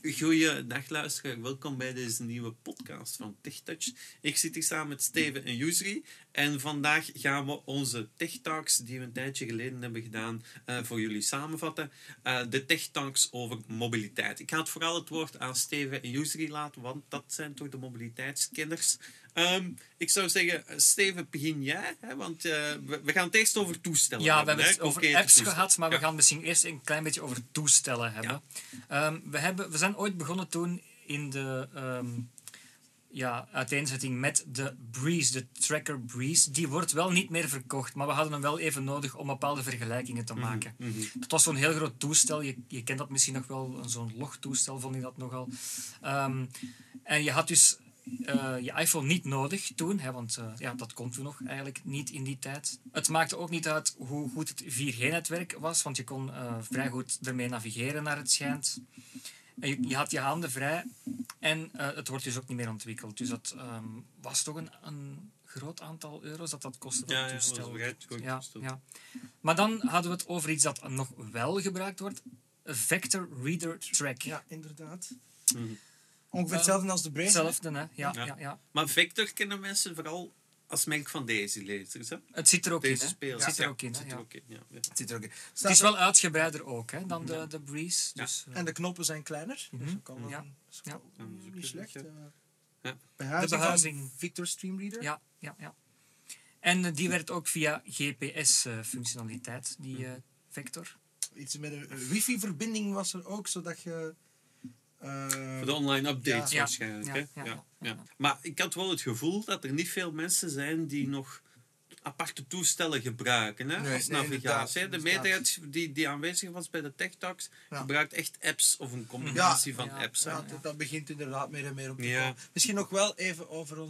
Goeiedag luisteraar, welkom bij deze nieuwe podcast van TechTouch. Ik zit hier samen met Steven en Yusri en vandaag gaan we onze Tech Talks die we een tijdje geleden hebben gedaan voor jullie samenvatten. De Tech Talks over mobiliteit. Ik ga het vooral het woord aan Steven en Yusri laten, want dat zijn toch de mobiliteitskenners. Ik zou zeggen, Steven, begin jij, hè? Want we gaan het eerst over toestellen hebben. hebben. We hebben het over apps gehad, maar we gaan misschien eerst een klein beetje over toestellen hebben. Ja. We zijn ooit begonnen toen in de uiteenzetting met de Breeze, de Tracker Breeze. Die wordt wel niet meer verkocht, maar we hadden hem wel even nodig om bepaalde vergelijkingen te maken. Dat was zo'n heel groot toestel. Je kent dat misschien nog wel, zo'n logtoestel vond ik dat nogal. En je had dus je iPhone niet nodig toen, hè, want dat kon toen nog eigenlijk niet in die tijd. Het maakte ook niet uit hoe goed het 4G-netwerk was, want je kon vrij goed ermee navigeren naar het schijnt. Je had je handen vrij en het wordt dus ook niet meer ontwikkeld. Dus dat was toch een groot aantal euro's dat kostte. Dat toestel. Ja. Maar dan hadden we het over iets dat nog wel gebruikt wordt. Vector Reader Track. Ja, inderdaad. Ongeveer hetzelfde als de Brace. Hetzelfde, hè? Ja. Maar Vector kennen mensen vooral als merk van deze lezers, hè? Het zit er ook deze in, hè? Spelers. Het zit er ook in, Het zit er ook in. Het is wel uitgebreider ook, hè, dan de Breeze. Dus, en de knoppen zijn kleiner. Dus dat kan niet slecht. De behuizing. Victor Stream Reader. Ja. En die werkt ook via GPS-functionaliteit, die Vector. Iets met een wifi-verbinding was er ook, zodat je... voor de online updates waarschijnlijk. Ja. Maar ik had wel het gevoel dat er niet veel mensen zijn die nog aparte toestellen gebruiken, hè, als navigatie. De meerderheid die aanwezig was bij de Tech Talks gebruit echt apps of een combinatie van apps. Dat begint inderdaad meer en meer op te komen. Misschien nog wel even over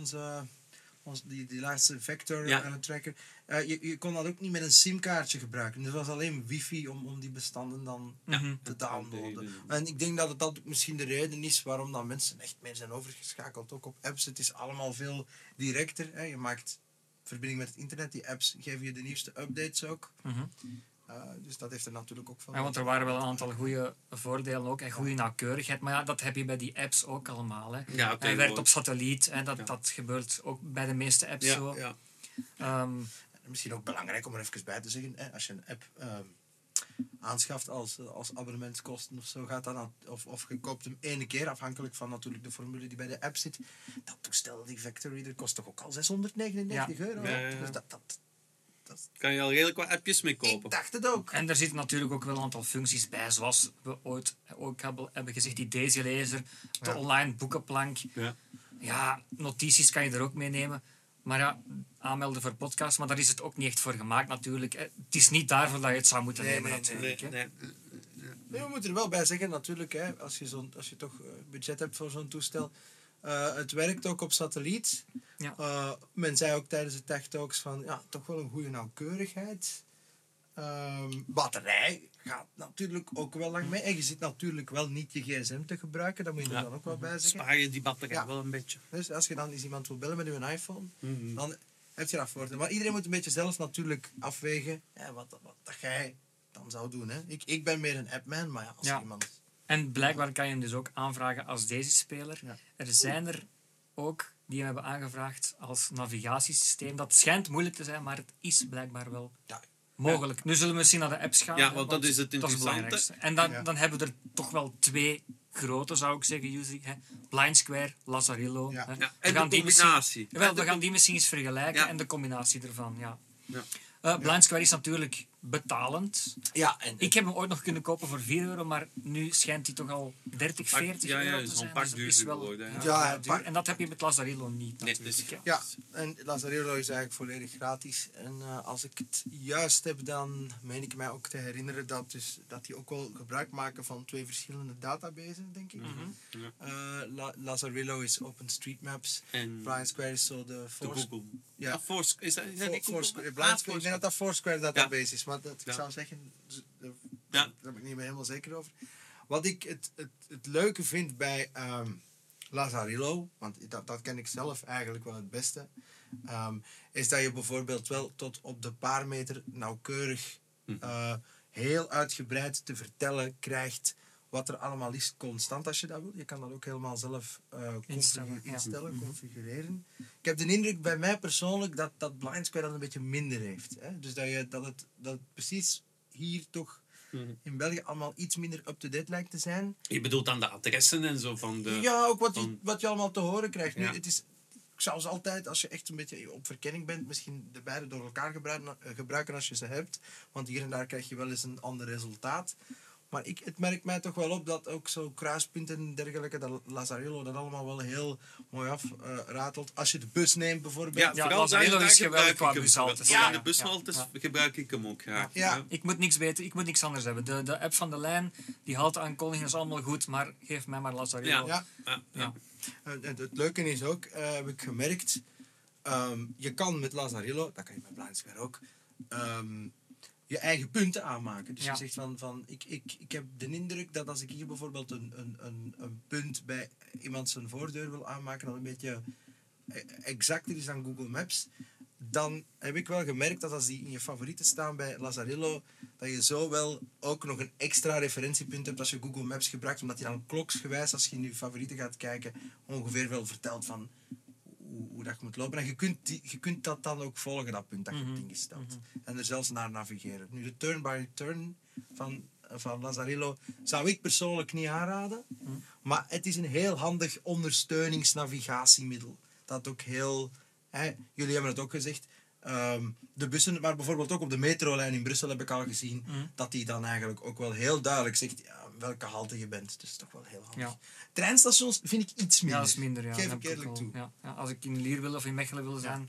die laatste Vector tracker. Je kon dat ook niet met een simkaartje gebruiken. Dus het was alleen wifi om die bestanden dan te downloaden. En ik denk dat dat misschien de reden is waarom dan mensen echt meer zijn overgeschakeld ook op apps. Het is allemaal veel directer. Hè. Je maakt verbinding met het internet. Die apps geven je de nieuwste updates ook. Dus dat heeft er natuurlijk ook van. Ja, want er waren wel een aantal goede voordelen ook en goede nauwkeurigheid. Maar dat heb je bij die apps ook allemaal. Hè. Hij werkt op satelliet. Hè. Dat gebeurt ook bij de meeste apps zo. Ja. Misschien ook belangrijk om er even bij te zeggen. Hè, als je een app aanschaft als abonnementskosten of zo, gaat dat of je koopt hem 1 keer, afhankelijk van natuurlijk de formule die bij de app zit. Dat toestel, die Vector Reader, kost toch ook al €699? Ja. Dus dat kan je al redelijk wat appjes mee kopen. Ik dacht het ook. En er zitten natuurlijk ook wel een aantal functies bij, zoals we ooit ook hebben gezegd, die Daisy-lezer, de online boekenplank. Ja, notities kan je er ook meenemen. Maar aanmelden voor podcast, maar daar is het ook niet echt voor gemaakt natuurlijk. Het is niet daarvoor dat je het zou moeten nemen natuurlijk. Nee, we moeten er wel bij zeggen natuurlijk, hè, als je toch budget hebt voor zo'n toestel. Het werkt ook op satelliet. Men zei ook tijdens de Tech Talks van toch wel een goede nauwkeurigheid. Batterij gaat natuurlijk ook wel lang mee. En je zit natuurlijk wel niet je gsm te gebruiken. Dat moet je er dan ook wel bij zeggen. Spaar je die batterij wel een beetje. Dus als je dan eens iemand wil bellen met je iPhone, dan heb je dat voordeel. Maar iedereen moet een beetje zelf natuurlijk afwegen wat dat jij dan zou doen. Hè. Ik ben meer een appman, maar als iemand... En blijkbaar kan je hem dus ook aanvragen als Daisy-speler. Er zijn er ook die hem hebben aangevraagd als navigatiesysteem. Dat schijnt moeilijk te zijn, maar het is blijkbaar wel mogelijk. Nu zullen we misschien naar de apps gaan. Ja, want dat is het interessante. Dat is het en dan hebben we er toch wel 2 grote, zou ik zeggen, Yusri. Blind Square, Lazarillo. En de combinatie. We gaan die misschien eens vergelijken en de combinatie ervan. Blind Square is natuurlijk betalend. Ik heb hem ooit nog kunnen kopen voor €4, maar nu schijnt hij toch al 30, 40 euro te zijn. Pak duurder geworden. Duur. En dat heb je met Lazarillo niet natuurlijk. En Lazarillo is eigenlijk volledig gratis. En als ik het juist heb, dan meen ik mij ook te herinneren dat die ook wel gebruik maken van 2 verschillende databases, denk ik. Lazarillo is OpenStreetMaps. En Blind Square is zo de Google. Ja, Foursquare. Is dat niet Google? Ik denk dat Foursquare database is, maar ik zou zeggen, daar ben ik niet meer helemaal zeker over. Wat ik het leuke vind bij Lazarillo, want dat ken ik zelf eigenlijk wel het beste, is dat je bijvoorbeeld wel tot op de paar meter nauwkeurig heel uitgebreid te vertellen krijgt wat er allemaal is constant als je dat wil. Je kan dat ook helemaal zelf instellen, configureren. Ik heb de indruk bij mij persoonlijk dat Blind Square dat een beetje minder heeft. Hè? Dus dat het precies hier toch in België allemaal iets minder up-to-date lijkt te zijn. Je bedoelt dan de adressen en zo van de... Ja, ook wat je allemaal te horen krijgt. Nu, het is... Zoals altijd, als je echt een beetje op verkenning bent, misschien de beide door elkaar gebruiken als je ze hebt. Want hier en daar krijg je wel eens een ander resultaat. Maar het merkt mij toch wel op dat ook zo kruispunten en dergelijke, dat Lazarillo dat allemaal wel heel mooi afratelt. Als je de bus neemt bijvoorbeeld. Ja, Lazarillo is geweldig qua bushaltes. Ja, de bushaltes gebruik ik hem ook graag. Ja. Ik moet niks beter, ik moet niks anders hebben. De app van de lijn, die halteaankondiging is allemaal goed, maar geef mij maar Lazarillo. Ja. En het leuke is ook, heb ik gemerkt, je kan met Lazarillo, dat kan je met Blind Square ook, je eigen punten aanmaken. Dus je zegt van ik heb de indruk dat als ik hier bijvoorbeeld een punt bij iemand zijn voordeur wil aanmaken, dat een beetje exacter is dan Google Maps, dan heb ik wel gemerkt dat als die in je favorieten staan bij Lazarillo, dat je zo wel ook nog een extra referentiepunt hebt als je Google Maps gebruikt, omdat hij dan kloksgewijs, als je in je favorieten gaat kijken, ongeveer wel vertelt van hoe dat je moet lopen. En je kunt dat dan ook volgen, dat punt dat je hebt ingesteld. En er zelfs naar navigeren. Nu, de turn-by-turn van Lazarillo zou ik persoonlijk niet aanraden. Maar het is een heel handig ondersteuningsnavigatiemiddel. Dat ook heel... jullie hebben het ook gezegd. De bussen, maar bijvoorbeeld ook op de metrolijn in Brussel heb ik al gezien dat die dan eigenlijk ook wel heel duidelijk zegt welke halte je bent. Dus toch wel heel handig. Ja. Treinstations vind ik iets minder. Ja, dat is minder. Ja. Geef ik eerlijk toe. Ja. Ja, als ik in Lier wil of in Mechelen wil zijn,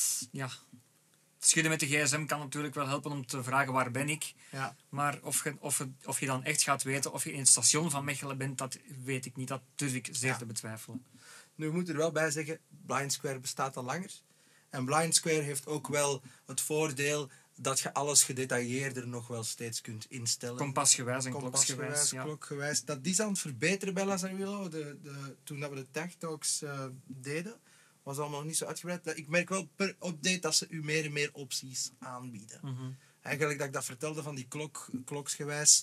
schudden met de gsm kan natuurlijk wel helpen om te vragen waar ben ik. Ja. Maar of je dan echt gaat weten of je in het station van Mechelen bent, dat weet ik niet. Dat durf ik zeer te betwijfelen. Nu, we moeten er wel bij zeggen, Blind Square bestaat al langer. En Blind Square heeft ook wel het voordeel dat je alles gedetailleerder nog wel steeds kunt instellen. Kompasgewijs en kloksgewijs. Klokgewijs. Dat is aan het verbeteren bij Lazarillo. Toen dat we de Tech Talks deden, was allemaal nog niet zo uitgebreid. Ik merk wel per update dat ze u meer en meer opties aanbieden. Eigenlijk dat ik dat vertelde van die kloksgewijs.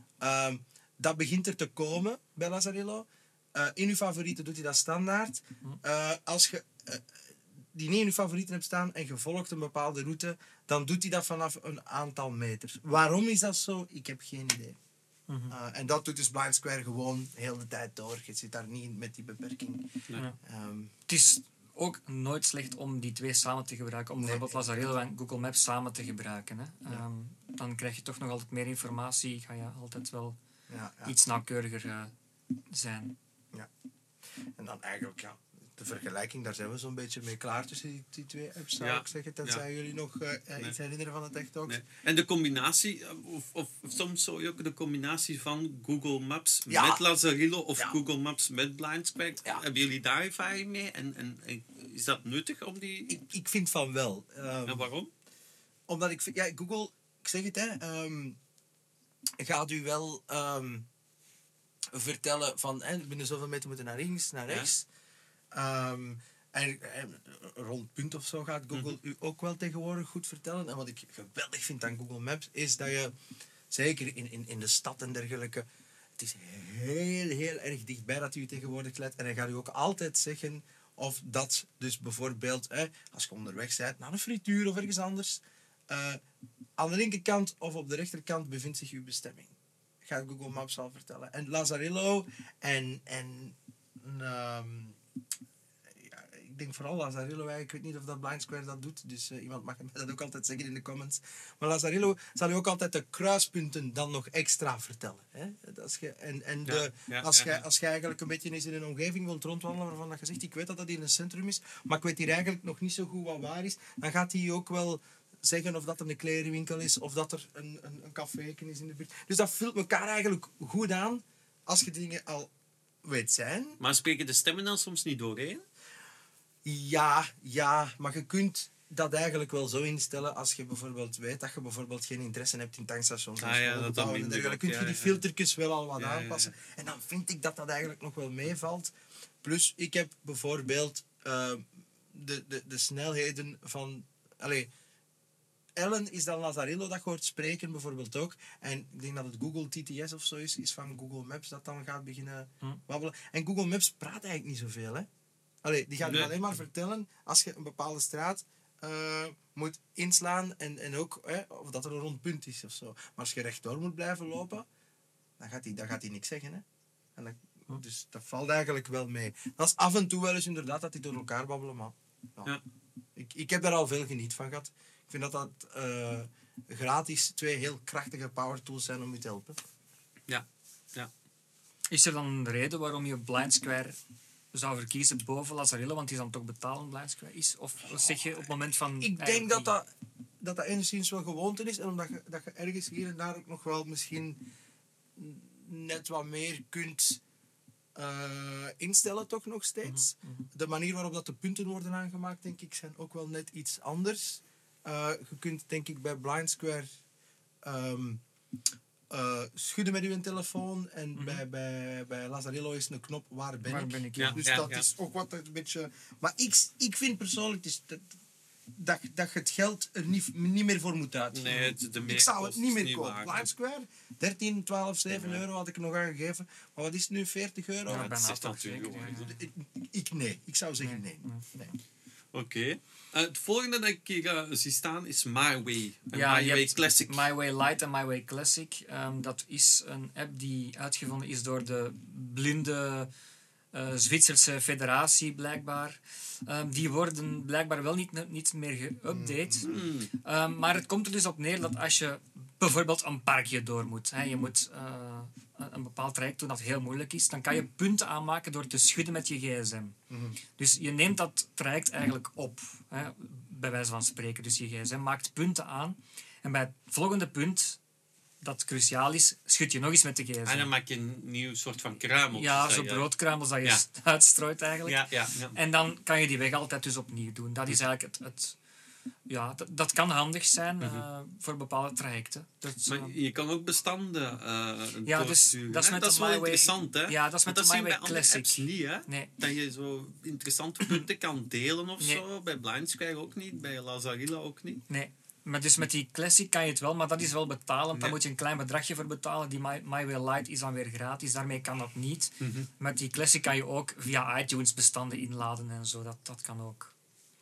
Dat begint er te komen bij Lazarillo. In uw favorieten doet hij dat standaard. Als je die niet in je favorieten hebt staan en je volgt een bepaalde route, dan doet hij dat vanaf een aantal meters. Waarom is dat zo? Ik heb geen idee. En dat doet dus Blind Square gewoon heel de tijd door. Je zit daar niet met die beperking. Nee. Het is ook nooit slecht om die twee samen te gebruiken. Om bijvoorbeeld Lazarillo en Google Maps samen te gebruiken. Hè. Dan krijg je toch nog altijd meer informatie. Ga je altijd wel iets nauwkeuriger zijn. Ja. En dan eigenlijk, de vergelijking, daar zijn we zo'n beetje mee klaar tussen die twee apps, zou ik zeggen. Tenzij jullie nog iets herinneren van de Tech Talks. Nee. En de combinatie, of soms zou je ook de combinatie van Google Maps met Lazarillo of Google Maps met Blind Square. Hebben jullie daar ervaring mee? En is dat nuttig om die... Ik vind van wel. En waarom? Omdat ik vind, Google, ik zeg het, gaat u wel vertellen van binnen zoveel meter moeten naar links, naar rechts. En rond punt of zo gaat Google u ook wel tegenwoordig goed vertellen. En wat ik geweldig vind aan Google Maps is dat je, zeker in de stad en dergelijke, het is heel erg dichtbij dat hij u tegenwoordig leidt. En hij gaat u ook altijd zeggen of dat dus bijvoorbeeld, als je onderweg bent naar een frituur of ergens anders, aan de linkerkant of op de rechterkant bevindt zich uw bestemming. Gaat Google Maps al vertellen. En Lazarillo ik denk vooral Lazarillo, ik weet niet of dat Blind Square dat doet, dus iemand mag mij dat ook altijd zeggen in de comments. Maar Lazarillo zal u ook altijd de kruispunten dan nog extra vertellen. Hè? Als je eigenlijk een beetje eens in een omgeving wilt rondwandelen waarvan je zegt, ik weet dat dat hier een centrum is, maar ik weet hier eigenlijk nog niet zo goed wat waar is, dan gaat hij ook wel zeggen of dat er een klerenwinkel is, of dat er een café is in de buurt. Dus dat vult elkaar eigenlijk goed aan, als je dingen al weet zijn. Maar spreken de stemmen dan soms niet doorheen? Ja, maar je kunt dat eigenlijk wel zo instellen als je bijvoorbeeld weet dat je bijvoorbeeld geen interesse hebt in tankstations. Dan kun je die filtertjes wel al wat aanpassen. En dan vind ik dat eigenlijk nog wel meevalt. Plus, ik heb bijvoorbeeld de snelheden van... Ellen is dan Lazarillo dat je hoort spreken bijvoorbeeld ook. En ik denk dat het Google TTS of zo is van Google Maps dat dan gaat beginnen babbelen. En Google Maps praat eigenlijk niet zoveel, hè. Allee, die gaat alleen maar vertellen als je een bepaalde straat moet inslaan en ook of dat er een rond punt is of zo. Maar als je rechtdoor moet blijven lopen, dan gaat hij niks zeggen, hè. En dus dat valt eigenlijk wel mee. Dat is af en toe wel eens inderdaad dat die door elkaar babbelen, maar ja. Ik heb daar al veel geniet van gehad. Ik vind dat gratis 2 heel krachtige power tools zijn om je te helpen. Ja. Is er dan een reden waarom je Blind Square zou verkiezen boven Lazarillo, want die is dan toch betalen Blind Square is? Of zeg je op het moment van... Ik denk dat enigszins wel gewoonte is en omdat je ergens hier en daar ook nog wel misschien net wat meer kunt instellen toch nog steeds. De manier waarop dat de punten worden aangemaakt, denk ik, zijn ook wel net iets anders. Je kunt, denk ik, bij Blind Square schudden met je telefoon en bij Lazarillo is een knop waar ben ik. Ja. Dus dat is ook wat een beetje... Maar ik vind persoonlijk dat je het geld er niet meer voor moet uitgeven. Nee, ik zou het niet meer kopen. Blind Square, 13, 12, 7 euro had ik er nog aan gegeven. Maar wat is het nu, 40 euro? Ja, dat is natuurlijk. Ik zou zeggen nee. Oké. Het volgende dat ik hier zie staan is My Way. Ja, My Way Classic. My Way Lite en My Way Classic. Dat is een app die uitgevonden is door de blinde Zwitserse federatie, blijkbaar. Die worden blijkbaar wel niet meer geüpdate. Maar het komt er dus op neer dat als je bijvoorbeeld een parkje door moet, je moet een bepaald traject doen dat heel moeilijk is, dan kan je punten aanmaken door te schudden met je gsm. Dus je neemt dat traject eigenlijk op, bij wijze van spreken. Dus je gsm maakt punten aan en bij het volgende punt dat cruciaal is, schud je nog eens met de gsm. En dan maak je een nieuw soort van kruimel. Ja, zo broodkruimels dat je uitstrooit eigenlijk. Ja. En dan kan je die weg altijd dus opnieuw doen. Dat is eigenlijk dat kan handig zijn voor bepaalde trajecten. Maar je kan ook bestanden doorsturen. Dat is wel interessant, hè? Ja, dat is met de My Way Classic. Apps niet, hè? Nee. Dat je zo interessante punten kan delen of zo. Bij Blind Square ook niet, bij Lazarillo ook niet. Nee. Maar dus met die Classic kan je het wel, maar dat is wel betalend. Daar moet je een klein bedragje voor betalen. Die My Way Lite is dan weer gratis, daarmee kan dat niet. Met die Classic kan je ook via iTunes bestanden inladen en zo. Dat kan ook.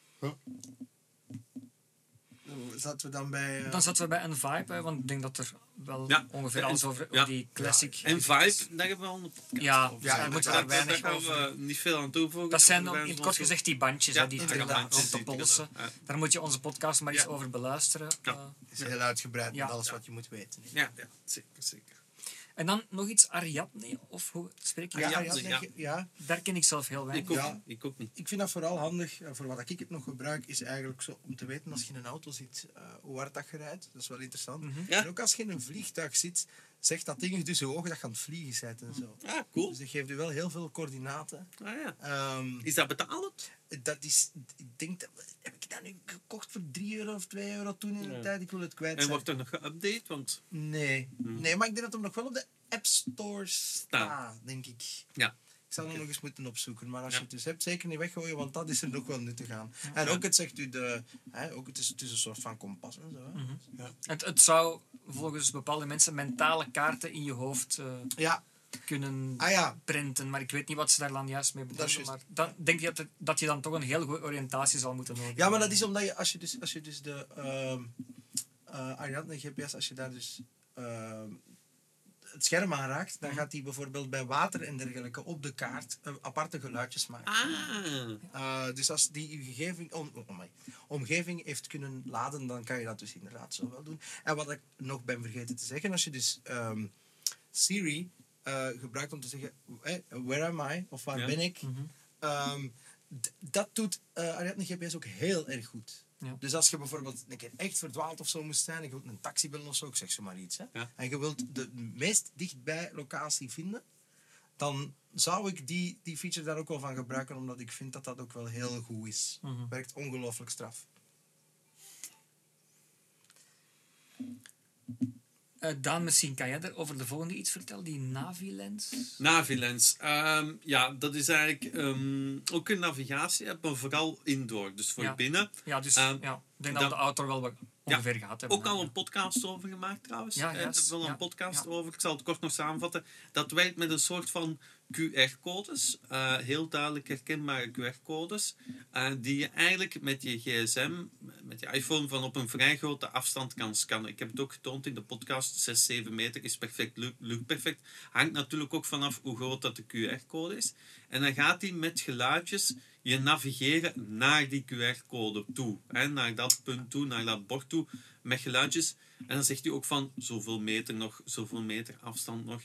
Zaten we dan bij... Dan zaten we bij een Vibe, want ik denk dat er wel ongeveer alles over die Classic... Ja. En Vibe, daar hebben we al een podcast over. Daar moeten we daar weinig gaan we niet veel aan toevoegen. Dat zijn in het kort gezegd die bandjes, die bandjes, rond de polsen. Daar moet je onze podcast maar eens over beluisteren. Het is heel uitgebreid met alles wat je moet weten. Ja, zeker. En dan nog iets Ariadne, of hoe spreek je? Ja. Daar ken ik zelf heel weinig. Ik ook niet. Ik vind dat vooral handig, voor wat ik het nog gebruik, is eigenlijk zo om te weten als je in een auto zit, hoe hard dat je rijdt. Dat is wel interessant. En ook als je in een vliegtuig zit, zegt dat ding dus je ogen dat je aan het vliegen bent en zo. Ah, cool. Dus dat geeft u wel heel veel coördinaten. Is dat betalend? Dat is, ik denk, heb ik dat nu gekocht voor 3 euro of 2 euro toen in de tijd? Ik wil het kwijt zijn. En wordt er nog geüpdate? Want... Nee, maar ik denk dat hem nog wel op de App Store staat, denk ik. Ja. Ik zal hem nog eens moeten opzoeken. Maar als je het dus hebt, zeker niet weggooien, want dat is er nog wel nuttig aan. En ook, het zegt u het is een soort van kompas en zo. Het zou volgens bepaalde mensen mentale kaarten in je hoofd kunnen printen. Maar ik weet niet wat ze daar dan juist mee bedoelen. Maar dan denk je dat je dan toch een heel goede oriëntatie zal moeten nodig hebben. Ja, maar dat is omdat je, als je dus de Ariadne GPS, als je daar dus het scherm aanraakt, dan gaat hij bijvoorbeeld bij water en dergelijke op de kaart aparte geluidjes maken. Dus als die je omgeving heeft kunnen laden, dan kan je dat dus inderdaad zo wel doen. En wat ik nog ben vergeten te zeggen, als je dus Siri gebruikt om te zeggen, where am I? Of waar ben ik? Dat doet Ariadne GPS ook heel erg goed. Ja. Dus als je bijvoorbeeld een keer echt verdwaald of zo moest zijn en je wilt een taxi bellen of zo, ik zeg zo maar iets, en je wilt de meest dichtbij locatie vinden, dan zou ik die feature daar ook wel van gebruiken, omdat ik vind dat dat ook wel heel goed is. Werkt ongelooflijk straf. Daan, misschien kan jij er over de volgende iets vertellen, die Navilens? Navilens. Dat is eigenlijk ook een navigatie-app, maar vooral indoor. Dus voor binnen. Ja, dus ik denk dat we de auto wel ongeveer gehad hebben. Ook al een podcast over gemaakt trouwens. Ja, Er is wel een podcast ja. over. Ik zal het kort nog samenvatten. Dat werkt met een soort van QR-codes. Heel duidelijk herkenbare QR-codes. Die je eigenlijk met je gsm, met je iPhone, van op een vrij grote afstand kan scannen. Ik heb het ook getoond in de podcast. 6, 7 meter is perfect, lukt perfect. Hangt natuurlijk ook vanaf hoe groot dat de QR-code is. En dan gaat die met geluidjes je navigeren naar die QR-code toe. Hè, naar dat punt toe, naar dat bord toe, met geluidjes. En dan zegt hij ook van zoveel meter nog, zoveel meter afstand nog.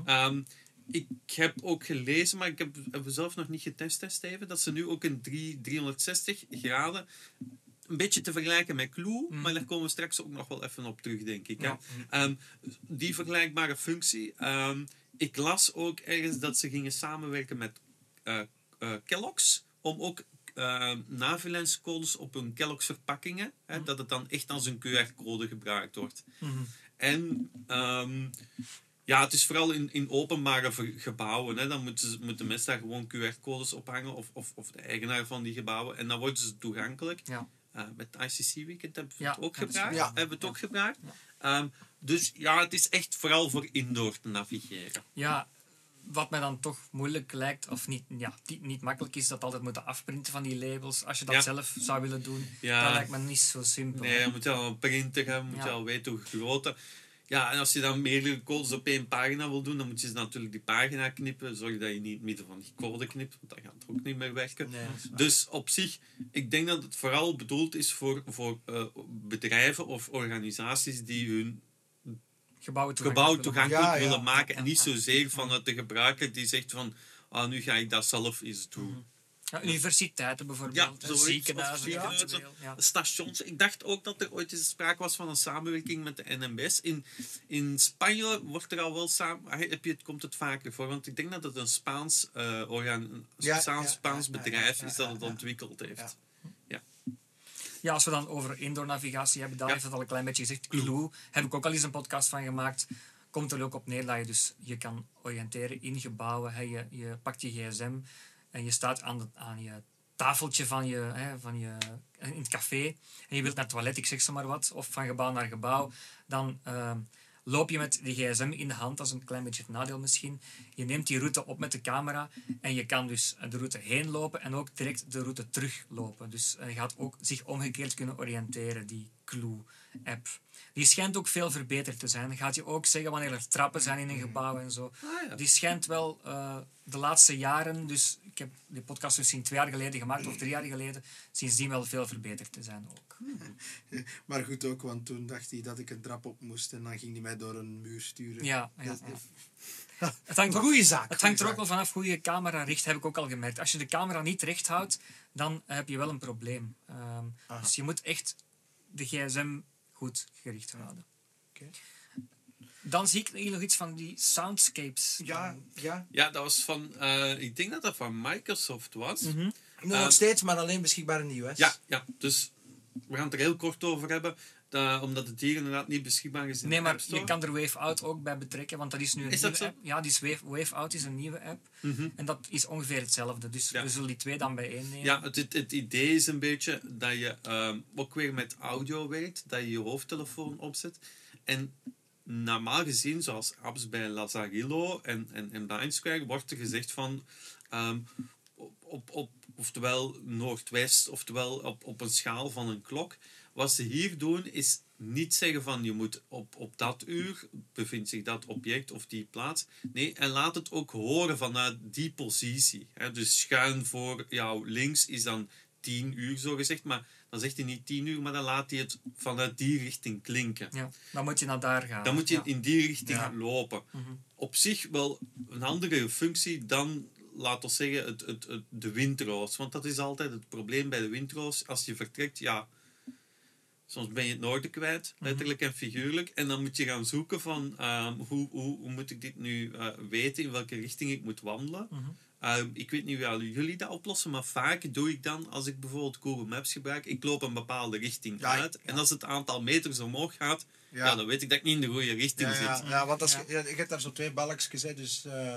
Ik heb ook gelezen, maar ik heb zelf nog niet getest, Steven, dat ze nu ook een 360 graden, een beetje te vergelijken met Clue, maar daar komen we straks ook nog wel even op terug, denk ik. Ja. Die vergelijkbare functie. Ik las ook ergens dat ze gingen samenwerken met Kellogg's, om ook navilentscodes op hun Kellogg's verpakkingen, dat het dan echt als een QR-code gebruikt wordt. En het is vooral in openbare gebouwen. Hè. Dan moeten mensen daar gewoon QR-codes ophangen, of de eigenaar van die gebouwen. En dan worden ze toegankelijk. Ja. Met ICC Weekend hebben we het ook dat is gebruikt. waar. Hebben we het ook gebruikt. Ja. Dus ja, het is echt vooral voor indoor te navigeren. Ja, wat mij dan toch moeilijk lijkt, of niet makkelijk is, dat altijd moeten afprinten van die labels. Als je dat zelf zou willen doen, dat lijkt me niet zo simpel. Nee, je moet al een printer hebben, moet je al weten hoe groot. Ja, en als je dan meerdere codes op één pagina wil doen, dan moet je natuurlijk die pagina knippen. Zorg dat je niet in het midden van die code knipt, want dat gaat ook niet meer werken. Nee, dus op zich, ik denk dat het vooral bedoeld is voor bedrijven of organisaties die hun gebouw toegankelijk willen maken. En niet zozeer vanuit de gebruiker die zegt van, nu ga ik dat zelf eens doen. Ja, universiteiten bijvoorbeeld, ziekenhuizen, stations. Ik dacht ook dat er ooit eens sprake was van een samenwerking met de NMBS. In Spanje wordt er al wel komt het vaker voor, want ik denk dat het een Spaans bedrijf is dat het ontwikkeld heeft. Ja, als we dan over indoor navigatie hebben, dan heeft het al een klein beetje gezegd. Clue, heb ik ook al eens een podcast van gemaakt. Komt er ook op neer dat je dus je kan oriënteren in gebouwen. Hè. Je pakt je gsm en je staat aan je tafeltje in het café en je wilt naar het toilet, ik zeg zo maar wat, of van gebouw naar gebouw. Dan loop je met de gsm in de hand, dat is een klein beetje het nadeel misschien. Je neemt die route op met de camera en je kan dus de route heen lopen en ook direct de route teruglopen. Dus je gaat ook zich omgekeerd kunnen oriënteren, die Clue-app. Die schijnt ook veel verbeterd te zijn. Dan gaat je ook zeggen wanneer er trappen zijn in een gebouw en zo. Die schijnt wel de laatste jaren, dus ik heb die podcast misschien 2 jaar geleden gemaakt of 3 jaar geleden, sindsdien wel veel verbeterd te zijn ook. Maar goed ook, want toen dacht hij dat ik een trap op moest en dan ging hij mij door een muur sturen. Ja. Het hangt goede zaak. Het hangt er ook wel vanaf hoe je camera richt, heb ik ook al gemerkt. Als je de camera niet recht houdt, dan heb je wel een probleem. Dus je moet echt de gsm goed gericht houden. Okay. Dan zie ik hier nog iets van die soundscapes. Ja, dat was van, ik denk dat van Microsoft was. Nog steeds, maar alleen beschikbaar in de US. Ja, dus we gaan het er heel kort over hebben, omdat het hier inderdaad niet beschikbaar is in de App Store. Je kan er Wave Out ook bij betrekken, want dat is nu een nieuwe app. Ja, Wave Out is een nieuwe app. En dat is ongeveer hetzelfde. Dus we zullen die 2 dan bijeen nemen. Ja, het idee is een beetje dat je ook weer met audio werkt, dat je je hoofdtelefoon opzet. En normaal gezien, zoals apps bij Lazarillo en Blind Square, wordt er gezegd van oftewel noordwest, oftewel op een schaal van een klok. Wat ze hier doen is niet zeggen van je moet op dat uur bevindt zich dat object of die plaats. Nee, en laat het ook horen vanuit die positie. Dus schuin voor jou links is dan 10 uur zo gezegd, maar dan zegt hij niet 10 uur, maar dan laat hij het vanuit die richting klinken. Ja, dan moet je naar daar gaan. Dan moet je in die richting lopen. Op zich wel een andere functie dan, laten we zeggen, de windroos. Want dat is altijd het probleem bij de windroos. Als je vertrekt, soms ben je het noorden kwijt, letterlijk en figuurlijk. En dan moet je gaan zoeken van hoe moet ik dit nu weten, in welke richting ik moet wandelen. Ik weet niet hoe jullie dat oplossen, maar vaak doe ik dan, als ik bijvoorbeeld Google Maps gebruik, ik loop een bepaalde richting uit. En als het aantal meters omhoog gaat, dan weet ik dat ik niet in de goede richting zit. Ja, want je hebt daar zo 2 balkjes, dus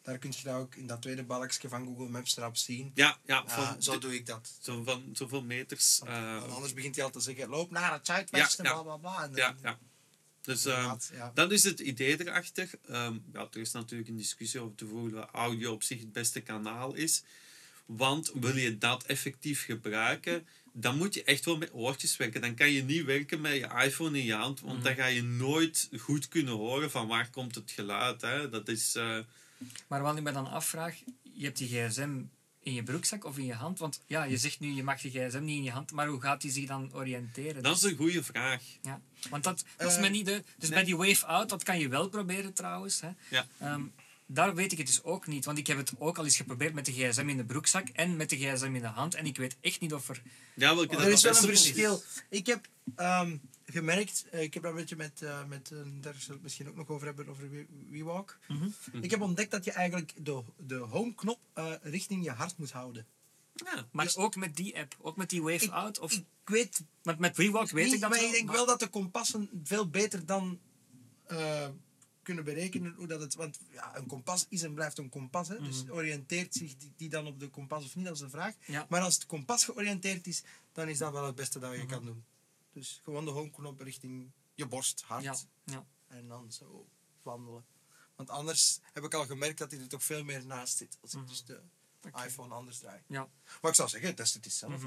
Daar kun je dat ook in dat tweede balkje van Google Maps erop zien. Zo doe ik dat. Zo van zoveel meters. Want anders begint hij al te zeggen, loop naar het zuidwesten, bla bla bla. Ja. Dus dat is het idee erachter. Er is natuurlijk een discussie over te voeren dat audio op zich het beste kanaal is. Want wil je dat effectief gebruiken, dan moet je echt wel met oortjes werken. Dan kan je niet werken met je iPhone in je hand, want dan ga je nooit goed kunnen horen van waar komt het geluid. Hè. Dat is... Maar wat ik me dan afvraag, je hebt die gsm in je broekzak of in je hand? Want ja, je zegt nu, je mag die gsm niet in je hand, maar hoe gaat die zich dan oriënteren? Dat is een goede vraag. Ja, want dat is me niet de... Dus bij die Wave Out, dat kan je wel proberen trouwens. Hè. Ja. Daar weet ik het dus ook niet, want ik heb het ook al eens geprobeerd met de gsm in de broekzak en met de gsm in de hand en ik weet echt niet of er... Ja, er is wel een verschil. Ik heb gemerkt, ik heb dat een beetje met daar zullen we het misschien ook nog over hebben, over WeWalk. Ik heb ontdekt dat je eigenlijk de home-knop richting je hart moet houden. Ja, maar dus ook met die app, ook met die Wave Out? Of... Ik weet... Want met WeWalk weet ik dat maar wel. Ik denk wel dat de kompassen veel beter dan... kunnen berekenen hoe dat het... Want een kompas is en blijft een kompas. Hè? Dus oriënteert zich die dan op de kompas of niet, dat is de vraag. Ja. Maar als het kompas georiënteerd is, dan is dat wel het beste dat je kan doen. Dus gewoon de homeknop richting je borst, hart. Ja. En dan zo wandelen. Want anders heb ik al gemerkt dat hij er toch veel meer naast zit. Als ik dus de iPhone anders draai. Ja. Maar ik zou zeggen, test het eens zelf.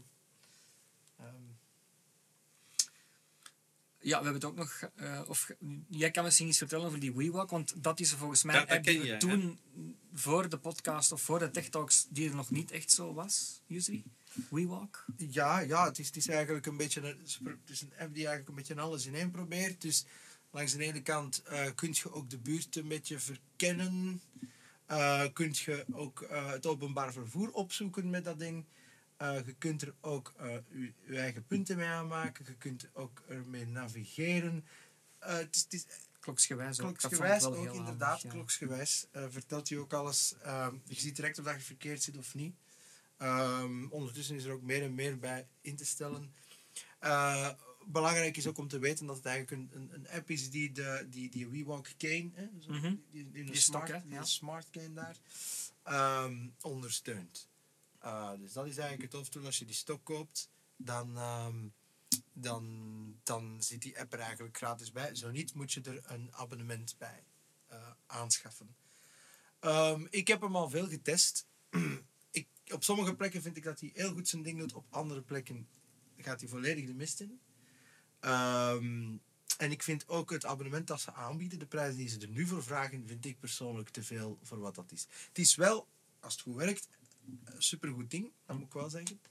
Ja, we hebben het ook nog... jij kan misschien iets vertellen over die WeWalk, want dat is volgens mij een app die we toen voor de podcast of voor de Tech Talks die er nog niet echt zo was, Yusri. WeWalk. Ja, het is eigenlijk een beetje een app die eigenlijk een beetje alles in één probeert. Dus langs de ene kant kun je ook de buurt een beetje verkennen. Kun je ook het openbaar vervoer opzoeken met dat ding. Je kunt er ook je eigen punten mee aanmaken. Je kunt ook ermee navigeren. Het is Kloksgewijs ook. Kloksgewijs ook, heel inderdaad. handig, ja. Kloksgewijs vertelt je ook alles. Je ziet direct of dat je verkeerd zit of niet. Ondertussen is er ook meer en meer bij in te stellen. Belangrijk is ook om te weten dat het eigenlijk een app is die WeWalk Cane, hè, die smart cane daar, ondersteunt. Dus dat is eigenlijk het hoofddoel. Als je die stok koopt, dan zit die app er eigenlijk gratis bij. Zo niet, moet je er een abonnement bij aanschaffen. Ik heb hem al veel getest. Op sommige plekken vind ik dat hij heel goed zijn ding doet. Op andere plekken gaat hij volledig de mist in. En ik vind ook het abonnement dat ze aanbieden, de prijs die ze er nu voor vragen, vind ik persoonlijk te veel voor wat dat is. Het is wel, als het goed werkt, een supergoed ding, dat moet ik wel zeggen.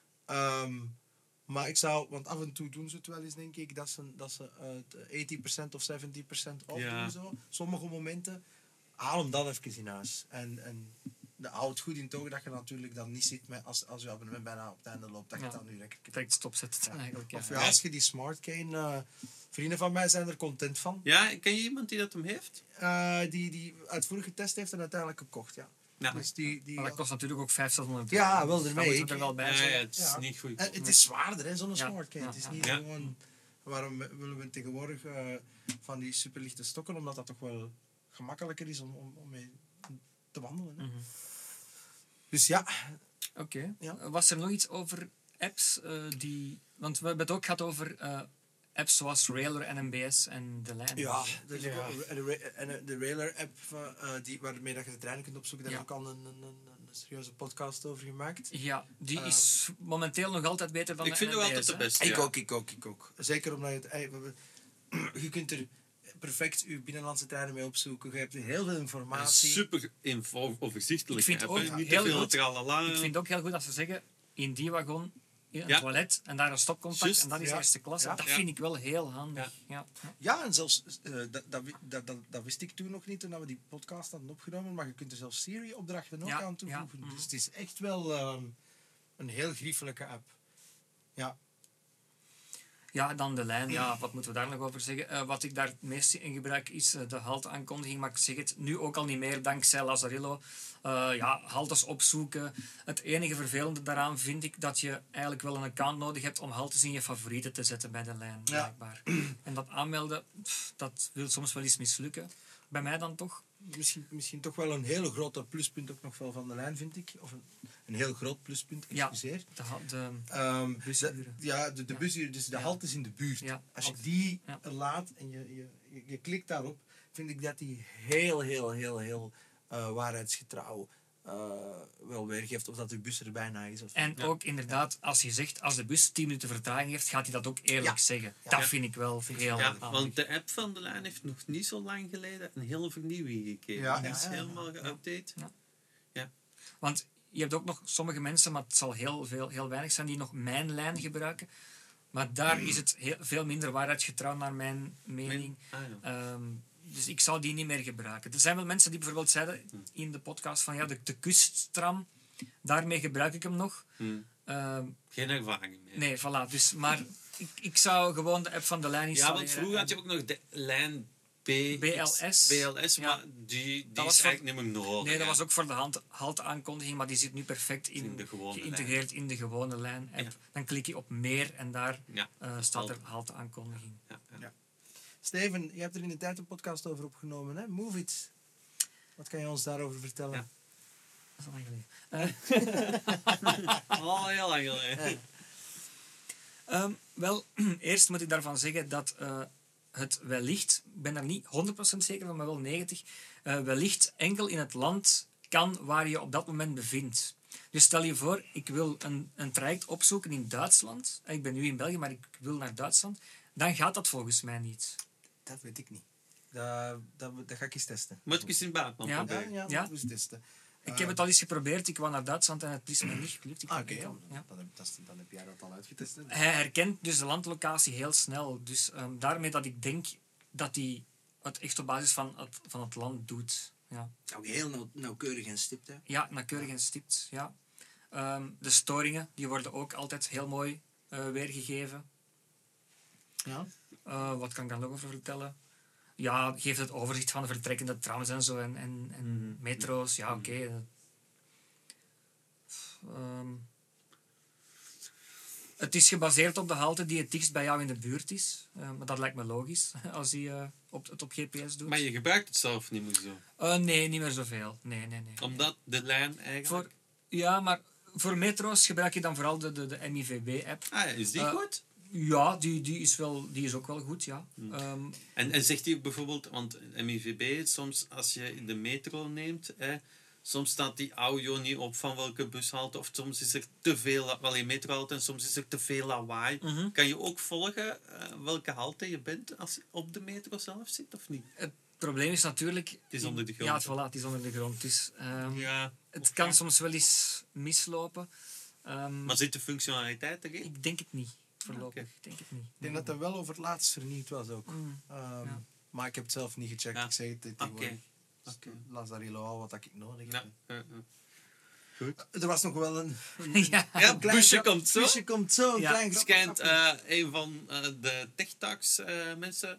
Maar ik zou, want af en toe doen ze het wel eens, denk ik, dat ze 80% of 70% opdoen. Zo. Sommige momenten, haal hem dan even in huis. En hou het goed in het oog dat je natuurlijk dan niet zit met als je abonnement bijna op het einde loopt, dat je het dan nu lekker direct stopzet eigenlijk. Of als je die smart cane, vrienden van mij zijn er content van. Ja, ken je iemand die dat hem heeft? Die uitvoerig getest heeft en uiteindelijk gekocht, ja. Ja. Dus maar dat kost natuurlijk ook €500. Ja, wel ermee. Dat er wel bij zijn. Ja, het is niet goed. Het is zwaarder, hè, zo'n smart cane. Het is niet Ja. gewoon... Waarom willen we tegenwoordig van die superlichte stokken? Omdat dat toch wel gemakkelijker is om mee te wandelen. Hè? Dus ja. Oké. Was er nog iets over apps die... Want we hebben het ook gehad over apps zoals Railer en NMBS en de lijn. Ja, de Railer-app waarmee dat je de treinen kunt opzoeken, daar heb ik al een serieuze podcast over gemaakt. Ja, die is momenteel nog altijd beter dan ik vind het altijd de beste. Ik ook. Zeker omdat je kunt er perfect je binnenlandse treinen mee opzoeken. Je hebt heel veel informatie. Super overzichtelijk. Ik vind ook heel goed. Ik vind ook heel goed dat ze zeggen, in die wagon een toilet en daar een stopcontact en dat is eerste klasse. Dat vind ik wel heel handig. Ja, en zelfs dat wist ik toen nog niet toen we die podcast hadden opgenomen, maar je kunt er zelfs Siri-opdrachten ook aan toevoegen. Dus het is echt wel een heel griefelijke app. Ja. Ja, dan de lijn. Ja, wat moeten we daar nog over zeggen? Wat ik daar het meest in gebruik is de halteaankondiging. Maar ik zeg het nu ook al niet meer, dankzij Lazarillo. Haltes opzoeken. Het enige vervelende daaraan vind ik dat je eigenlijk wel een account nodig hebt om haltes in je favorieten te zetten bij de lijn. Blijkbaar. En dat aanmelden, dat wil soms wel eens mislukken. Bij mij dan toch. misschien toch wel een hele grote pluspunt ook nog wel van de lijn, vind ik. Of een heel groot pluspunt, excuseer. De busuren. De busuren, dus de haltes in de buurt. Ja, Als je die laat en je klikt daarop, vind ik dat die heel waarheidsgetrouw wel weergeeft of dat de bus er bijna is. Of En ook inderdaad, als je zegt, als de bus 10 minuten vertraging heeft, gaat hij dat ook eerlijk zeggen. Ja. Dat vind ik wel heel Ja, aardig. want de app van de lijn heeft nog niet zo lang geleden een hele vernieuwing gekregen. Die is helemaal geüpdate. Ja. Want je hebt ook nog sommige mensen, maar het zal heel weinig zijn, die nog mijn lijn gebruiken. Maar daar is het veel minder waarheidsgetrouw naar mijn mening. Dus ik zou die niet meer gebruiken. Er zijn wel mensen die bijvoorbeeld zeiden in de podcast van de kusttram, daarmee gebruik ik hem nog. Geen ervaring meer. Nee, voilà. Dus, maar ik zou gewoon de app van de lijn installeren. Ja, want vroeger had je ook nog de lijn BLS. Maar die is eigenlijk niet meer nodig. Nee, dat was ook voor de halteaankondiging, maar die zit nu perfect geïntegreerd in de gewone lijn-app. Ja. Dan klik je op meer en daar staat er halteaankondiging. Ja. Steven, je hebt er in de tijd een podcast over opgenomen, hè? Move It. Wat kan je ons daarover vertellen? Ja. Dat is al lang geleden. Heel lang geleden. Wel, eerst moet ik daarvan zeggen dat het wellicht, ik ben daar niet 100% zeker van, maar wel 90%, wellicht enkel in het land kan waar je op dat moment bevindt. Dus stel je voor, ik wil een traject opzoeken in Duitsland. Ik ben nu in België, maar ik wil naar Duitsland. Dan gaat dat volgens mij niet. Dat weet ik niet. Dat ga ik eens testen. Moet ik eens in het buitenland proberen? Ja, dat moet eens testen. Ik heb het al eens geprobeerd. Ik wou naar Duitsland en het is me niet gelukt. Dan heb jij dat al uitgetest. Hè? Hij herkent dus de landlocatie heel snel. Dus daarmee dat ik denk dat hij het echt op basis van het land doet. Ja. Ook heel nauwkeurig en stipt, hè? Ja, nauwkeurig en stipt. Ja. De storingen die worden ook altijd heel mooi weergegeven. Ja. Wat kan ik daar nog over vertellen? Ja, geeft het overzicht van de vertrekkende trams en zo en metro's. Ja, oké. Het is gebaseerd op de halte die het dichtst bij jou in de buurt is. Maar dat lijkt me logisch als je het op GPS doet. Maar je gebruikt het zelf niet meer zo? Nee, niet meer zoveel. Nee. Omdat de lijn eigenlijk... Maar voor metro's gebruik je dan vooral de MIVB-app. Is die goed? Ja, die is ook wel goed, ja. En zegt hij bijvoorbeeld, want MIVB, soms als je de metro neemt, soms staat die audio niet op van welke bushalte, of soms is er te veel, wel in metrohalte, en soms is er te veel lawaai. Kan je ook volgen welke halte je bent als je op de metro zelf zit, of niet? Het probleem is natuurlijk... Het is onder de grond. Ja, het is onder de grond. Dus, het kan soms wel eens mislopen. Maar zit de functionaliteit erin? Ik denk het niet. Voorlopig. Ik denk het niet. Ik denk dat dat wel over het laatst vernieuwd was ook. Maar ik heb het zelf niet gecheckt. Ja. Ik zeg het. Lazarillo al wat ik nodig heb. Goed. Er was nog wel een het busje komt zo. Busje komt zo. Een klein schijnt een van de TechTalks mensen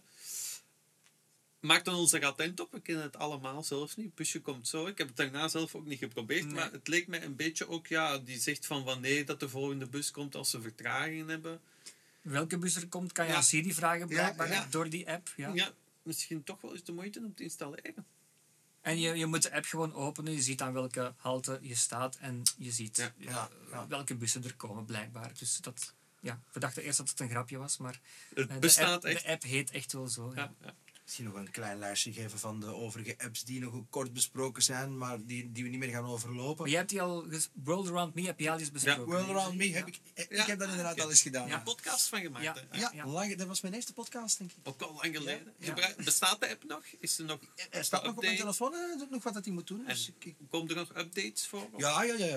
maakt ons er attent op. We kennen het allemaal zelfs niet. Busje komt zo. Ik heb het daarna zelf ook niet geprobeerd. Nee. Maar het leek mij een beetje ook, die zegt van wanneer dat de volgende bus komt als ze vertragingen hebben. Welke bus er komt, kan je aan Siri vragen blijkbaar door die app. Ja, misschien toch wel eens de moeite om te installeren. En je moet de app gewoon openen. Je ziet aan welke halte je staat en je ziet welke bussen er komen blijkbaar. Dus dat... Ja, we dachten eerst dat het een grapje was, maar het bestaat de app heet echt wel zo. Ja. Misschien nog een klein lijstje geven van de overige apps die nog kort besproken zijn, maar die we niet meer gaan overlopen. Maar jij hebt die al... World Around Me heb je al eens besproken. Ja, World Around Me heb ik heb dat inderdaad al eens gedaan. Ja, een podcast van gemaakt. Lang, dat was mijn eerste podcast, denk ik. Ook al lang geleden. Bestaat de app nog? Is er nog er staat nog op mijn telefoon en doet nog wat dat hij moet doen. Dus komen er nog updates voor? Ja.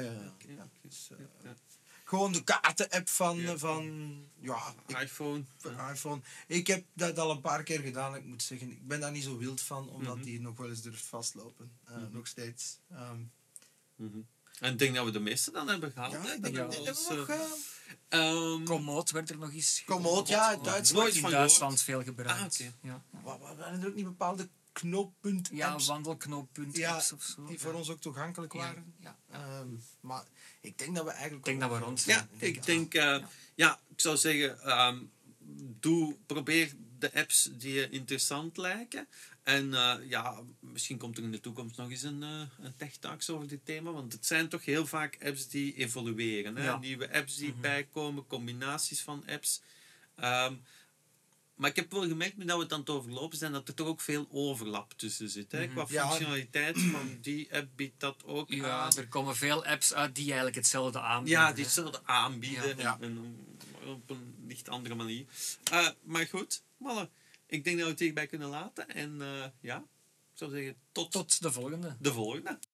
Gewoon de kaarten-app van iPhone. Ik heb dat al een paar keer gedaan. Ik moet zeggen, ik ben daar niet zo wild van, omdat die nog wel eens durft vastlopen. Nog steeds. En ik denk dat we de meeste dan hebben gehaald. Komoot werd er nog eens... Komoot, in Duitsland veel gebruikt. Waren er ook niet bepaalde knooppunt-apps? Ja, wandelknooppunt-apps of zo. Die voor ons ook toegankelijk waren. Maar ik denk dat we eigenlijk... Ik denk dat we rond zijn. Ja, ik denk... ik zou zeggen... probeer de apps die je interessant lijken. En misschien komt er in de toekomst nog eens een Tech Talks over dit thema. Want het zijn toch heel vaak apps die evolueren. Hè? Ja. Nieuwe apps die bijkomen, combinaties van apps. Maar ik heb wel gemerkt, nu dat we het aan het overlopen zijn, dat er toch ook veel overlap tussen zit. Hè? Qua functionaliteit van die app biedt dat ook aan. Er komen veel apps uit die eigenlijk hetzelfde aanbieden. Ja, die hetzelfde aanbieden. En op een licht andere manier. Maar goed, mannen. Ik denk dat we het hierbij kunnen laten. En ik zou zeggen, tot de volgende. De volgende.